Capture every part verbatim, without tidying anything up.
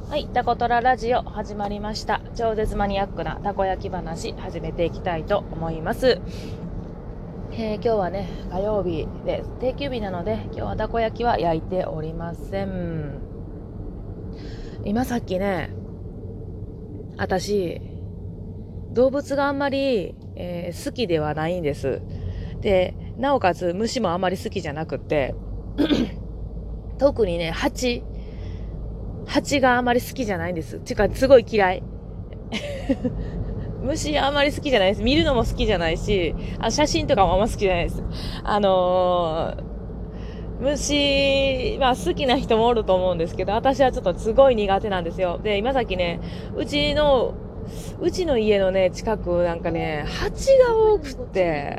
はい、タコトララジオ始まりました。超絶マニアックなたこ焼き話始めていきたいと思います。えー、今日はね火曜日で定休日なので、今日はたこ焼きは焼いておりません。今さっきね、私動物があんまり、えー、好きではないんです。で、なおかつ虫もあんまり好きじゃなくって特にね、蜂蜂があんまり好きじゃないんです。てかすごい嫌い虫あんまり好きじゃないです。見るのも好きじゃないし、あ写真とかもあんま好きじゃないです。あのー、虫、まあ好きな人もおると思うんですけど、私はちょっとすごい苦手なんですよ。で、今さっきね、うちの、うちの家のね、近くなんかね、蜂が多くって、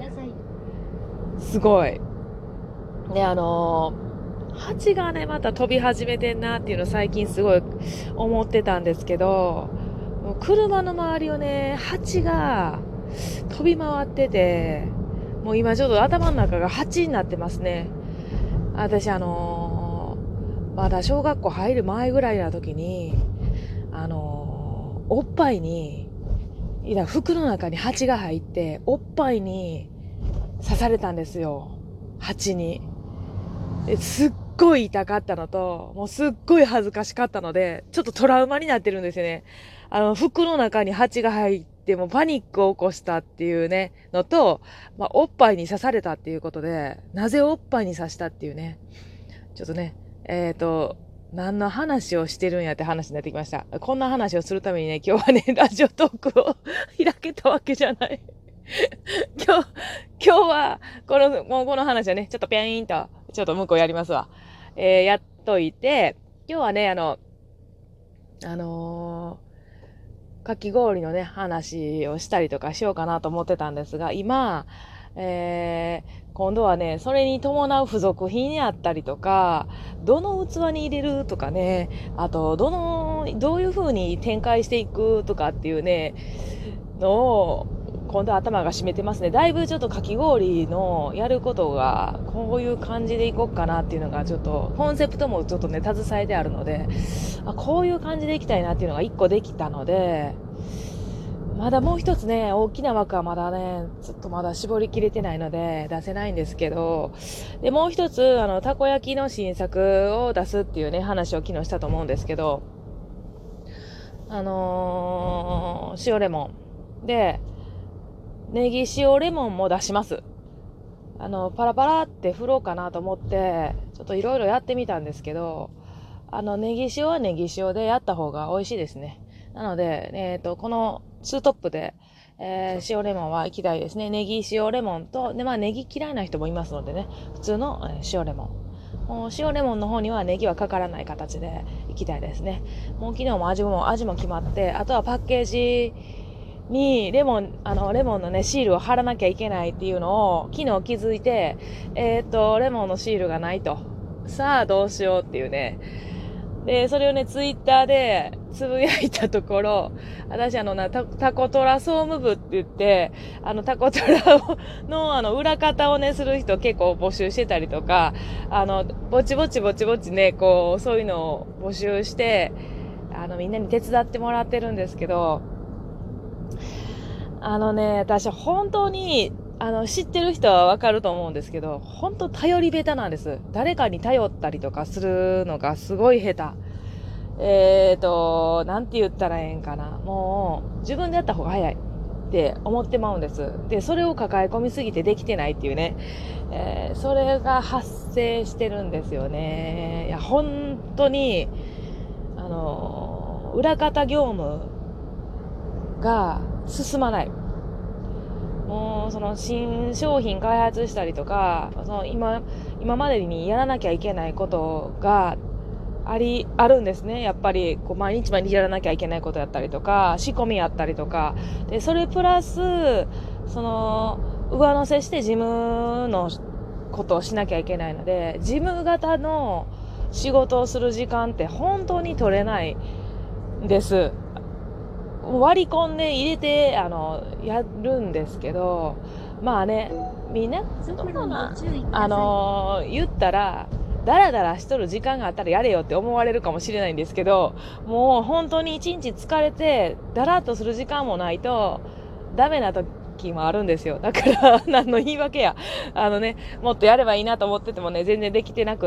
すごい。で、あのー、蜂がね、また飛び始めてんなっていうのを最近すごい思ってたんですけど、もう車の周りをね、蜂が飛び回ってて、もう今ちょっと頭の中が蜂になってますね。私あのー、まだ小学校入る前ぐらいな時に、あのー、おっぱいに、いや服の中に蜂が入って、おっぱいに刺されたんですよ。蜂に。すっごい痛かったのと、もうすっごい恥ずかしかったので、ちょっとトラウマになってるんですよね。あの、服の中に蜂が入って、もうパニックを起こしたっていうね、のと、まあ、おっぱいに刺されたっていうことで、なぜおっぱいに刺したっていうね、ちょっとね、えっ、ー、と、何の話をしてるんやって話になってきました。こんな話をするためにね、今日はね、ラジオトークを開けたわけじゃない。今日、今日は、この、もうこの話はね、ちょっとピャーンと、ちょっと向こうやりますわ。えー、やっといて、今日はね、あの、あのー、かき氷のね、話をしたりとかしようかなと思ってたんですが、今、えー、今度はね、それに伴う付属品やったりとか、どの器に入れるとかね、あと、どの、どういう風に展開していくとかっていうね、のを、今度頭が占めてますね。だいぶちょっとかき氷のやることがこういう感じでいこうかなっていうのがちょっとコンセプトもちょっとね携えてあるので、あこういう感じでいきたいなっていうのが一個できたので、まだもう一つね大きな枠はまだねちょっとまだ絞りきれてないので出せないんですけど、でもう一つあのたこ焼きの新作を出すっていうね話を昨日したと思うんですけど、あのー、塩レモンでネギ塩レモンも出します。あの、パラパラって振ろうかなと思って、ちょっといろいろやってみたんですけど、あの、ネギ塩はネギ塩でやった方が美味しいですね。なので、えっ、ー、と、このツートップで、えー、塩レモンは行きたいですね。ネギ塩レモンと、で、まあネギ嫌いな人もいますのでね、普通の、えー、塩レモン。もう塩レモンの方にはネギはかからない形で行きたいですね。もう昨日も味も、味も決まって、あとはパッケージ、にレモン、あの、レモンのね、シールを貼らなきゃいけないっていうのを昨日気づいて、えー、っと、レモンのシールがないと。さあ、どうしようっていうね。で、それをね、ツイッターでつぶやいたところ、私あのな、タタコトラ総務部って言って、あの、タコトラのあの、裏方をね、する人結構募集してたりとか、あの、ぼちぼちぼちぼちね、こう、そういうのを募集して、あの、みんなに手伝ってもらってるんですけど、あのね、私本当に、あの、知ってる人はわかると思うんですけど、本当頼り下手なんです。誰かに頼ったりとかするのがすごい下手。えーと、なんて言ったらええんかな。もう、自分でやった方が早いって思ってまうんです。で、それを抱え込みすぎてできてないっていうね。えー、それが発生してるんですよね。いや、本当に、あの、裏方業務が進まない。もうその新商品開発したりとか、その今今までにやらなきゃいけないことがありあるんですね。やっぱりこう毎日毎日やらなきゃいけないことやったりとか、仕込みやったりとかで、それプラスその上乗せして事務のことをしなきゃいけないので、事務型の仕事をする時間って本当に取れないんです。割り込んで入れてあのやるんですけど、まあね、みんなどうかな、あの言ったらだらだらしとる時間があったらやれよって思われるかもしれないんですけど、もう本当に一日疲れてだらっとする時間もないとダメな時もあるんですよ。だから何の言い訳や、あのね、もっとやればいいなと思っててもね、全然できてなくって、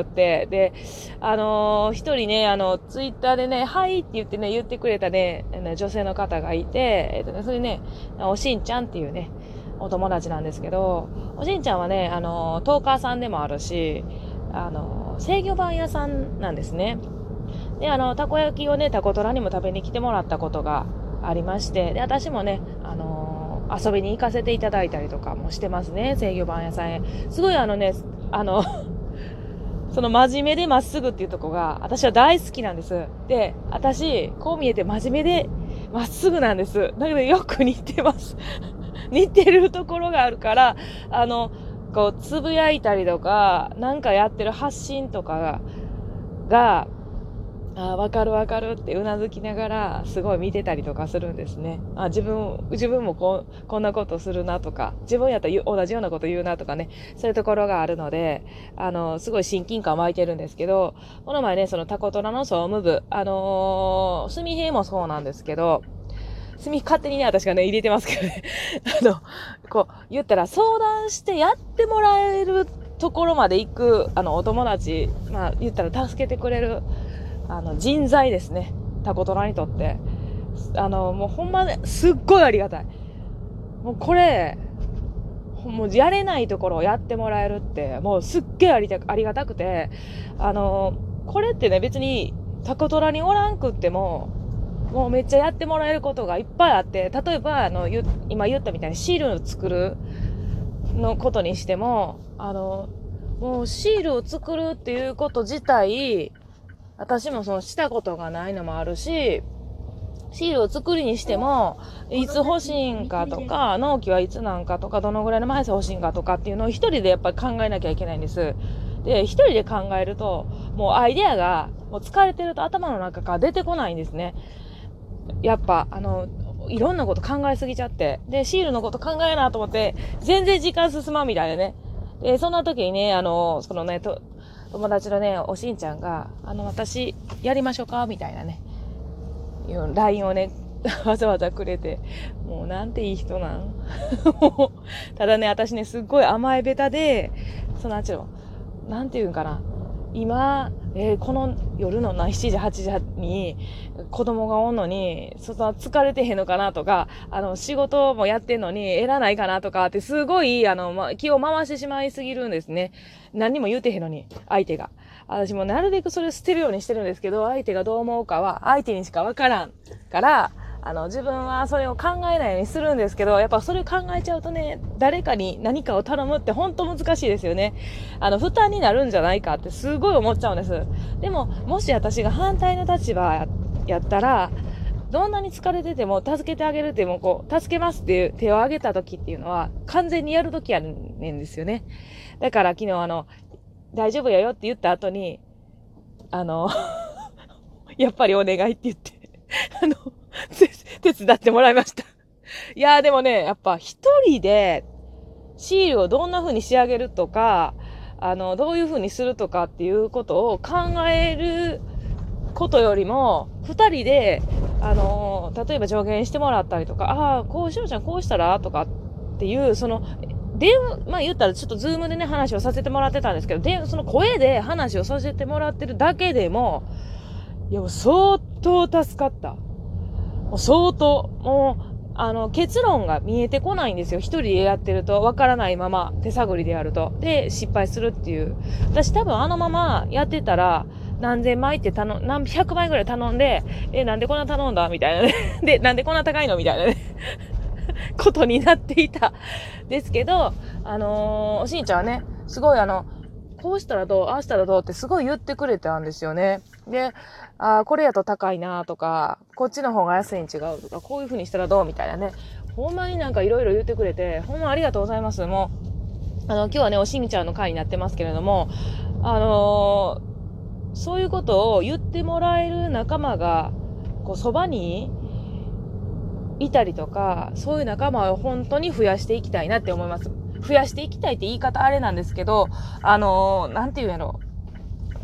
で、あのー、一人ね、あのツイッターでね、はいって言ってね、言ってくれたね、女性の方がいて、えっとね、それね、おしんちゃんっていうね、お友達なんですけど、おしんちゃんはね、あのトーカーさんでもあるし、あの制御盤屋さんなんですね。で、あのたこ焼きをね、タコトラにも食べに来てもらったことがありまして、で、私もね、あの遊びに行かせていただいたりとかもしてますね、制御盤屋さんへ。すごいあのね、あのその真面目でまっすぐっていうとこが私は大好きなんです。で、私こう見えて真面目でまっすぐなんです。だけどよく似てます似てるところがあるから、あのこうつぶやいたりとかなんかやってる発信とかが、あ、分かる分かるってうなずきながらすごい見てたりとかするんですね。あ、自分自分もこうこんなことするなとか、自分やったら同じようなこと言うなとかね、そういうところがあるので、あのすごい親近感湧いてるんですけど、この前ね、そのタコトラの総務部、あのー、すみへいもそうなんですけど、すみ勝手にね、私がね入れてますけどねあのこう言ったら相談してやってもらえるところまで行く、あのお友達、まあ言ったら助けてくれるあの人材ですね、タコトラにとって。あのもうほんまね、すっごいありがたい。もうこれもうやれないところをやってもらえるってもうすっげえありたありがたくて、あのこれってね、別にタコトラにおらんくってももうめっちゃやってもらえることがいっぱいあって、例えばあの今言ったみたいにシールを作るのことにしても、あのもうシールを作るっていうこと自体私もそのしたことがないのもあるし、シールを作りにしてもいつ欲しいんかとか、納期はいつなんかとか、どのぐらいの枚数欲しいんかとかっていうのを一人でやっぱり考えなきゃいけないんです。で、一人で考えるともうアイデアがもう疲れてると頭の中から出てこないんですね。やっぱあのいろんなこと考えすぎちゃって、でシールのこと考えなと思って全然時間進まんみたいなね。でそんな時にね、あのそのねと友達のねおしんちゃんが、あの私やりましょうかみたいなね ライン をねわざわざくれて、もうなんていい人なんただね、私ねすっごい甘えべたで、そのあっちのなんていうんかな、今、えー、この夜のなしちじはちじに子供がおんのにそんな疲れてへんのかなとか、あの仕事もやってんのに得らないかなとかってすごいあの、ま、気を回してしまいすぎるんですね。何にも言うてへんのに相手が。私もなるべくそれを捨てるようにしてるんですけど、相手がどう思うかは相手にしかわからんから、あの自分はそれを考えないようにするんですけど、やっぱそれを考えちゃうとね、誰かに何かを頼むって本当難しいですよね。あの負担になるんじゃないかってすごい思っちゃうんです。でももし私が反対の立場 や, やったら、どんなに疲れてても助けてあげるってもこう助けますっていう手を挙げた時っていうのは完全にやる時やねんですよね。だから昨日あの大丈夫やよって言った後に、あのやっぱりお願いって言ってあの手伝ってもらいました。いやーでもね、やっぱ一人でシールをどんな風に仕上げるとか、あのどういう風にするとかっていうことを考えることよりも、二人であの例えば助言してもらったりとか、ああこうしようちゃんこうしたらとかっていう、その電話、まあ言ったらちょっとズームでね話をさせてもらってたんですけど、でその声で話をさせてもらってるだけでも、いや相当助かった。もう相当もうあの結論が見えてこないんですよ。一人でやってるとわからないまま手探りでやると、で失敗するっていう。私多分あのままやってたら何千枚って頼ん、何百枚ぐらい頼んで、えなんでこんな頼んだみたいなねでなんでこんな高いのみたいなねことになっていたですけど、あのー、おしんちゃんはねすごいあのこうしたらどう、ああしたらどうってすごい言ってくれたんですよね。で、あこれやと高いなとか、こっちの方が安いに違うとか、こういう風にしたらどうみたいなね。ほんまになんかいろいろ言ってくれて、ほんまありがとうございます。もう、あの、今日はね、おしんちゃんの回になってますけれども、あのー、そういうことを言ってもらえる仲間が、こう、そばにいたりとか、そういう仲間を本当に増やしていきたいなって思います。増やしていきたいって言い方あれなんですけど、あのー、なんて言うんやろ。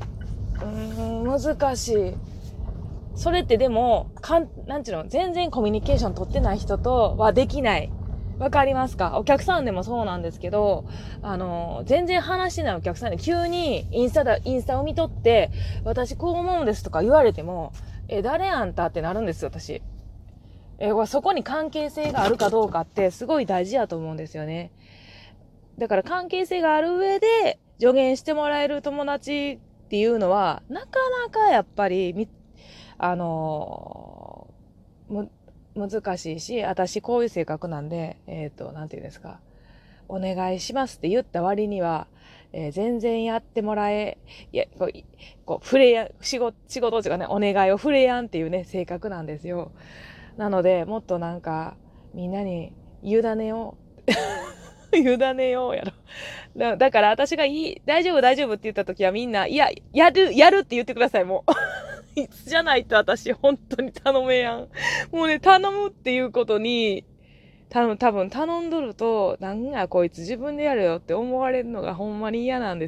ーん、難しい。それってでも、かん、なんちゅうの、全然コミュニケーション取ってない人とはできない。わかりますか？お客さんでもそうなんですけど、あの、全然話してないお客さんで急にインスタだ、インスタを見とって、私こう思うんですとか言われても、え、誰あんたってなるんですよ、私。え、そこに関係性があるかどうかってすごい大事だと思うんですよね。だから関係性がある上で助言してもらえる友達っていうのは、なかなかやっぱり、あのー、む、難しいし、私こういう性格なんで、えっと、なんていうんですか。お願いしますって言った割には、えー、全然やってもらえ、いや、こう、こう触れや、仕事、仕事というかね、お願いを触れやんっていうね、性格なんですよ。なので、もっとなんか、みんなに委ねよう。委ねようやろ。だだから私がいい、大丈夫大丈夫って言った時はみんな、いや、やる、やるって言ってください、もう。いつじゃないと私、本当に頼めやん。もうね、頼むっていうことに、多分、多分頼んどると、なんやこいつ自分でやれよって思われるのがほんまに嫌なんです。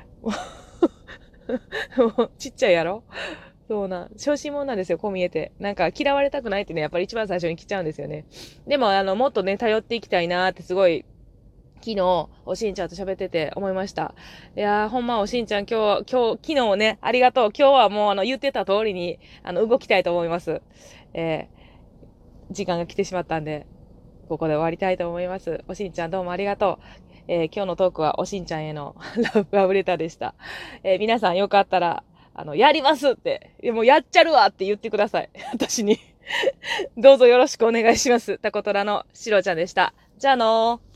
もうちっちゃいやろ？そうな、小心者なんですよ、こう見えて。なんか嫌われたくないってね、やっぱり一番最初に来ちゃうんですよね。でも、あの、もっとね、頼っていきたいなーってすごい、昨日、おしんちゃんと喋ってて思いました。いやー、ほんまおしんちゃん今日、今日、昨日ね、ありがとう。今日はもうあの、言ってた通りに、あの、動きたいと思います。えー、時間が来てしまったんで、ここで終わりたいと思います。おしんちゃんどうもありがとう。えー、今日のトークはおしんちゃんへのラブ、ラブレターでした。えー、皆さんよかったら、あの、やりますって、もうやっちゃるわって言ってください。私に。どうぞよろしくお願いします。タコトラのシロちゃんでした。じゃあのー。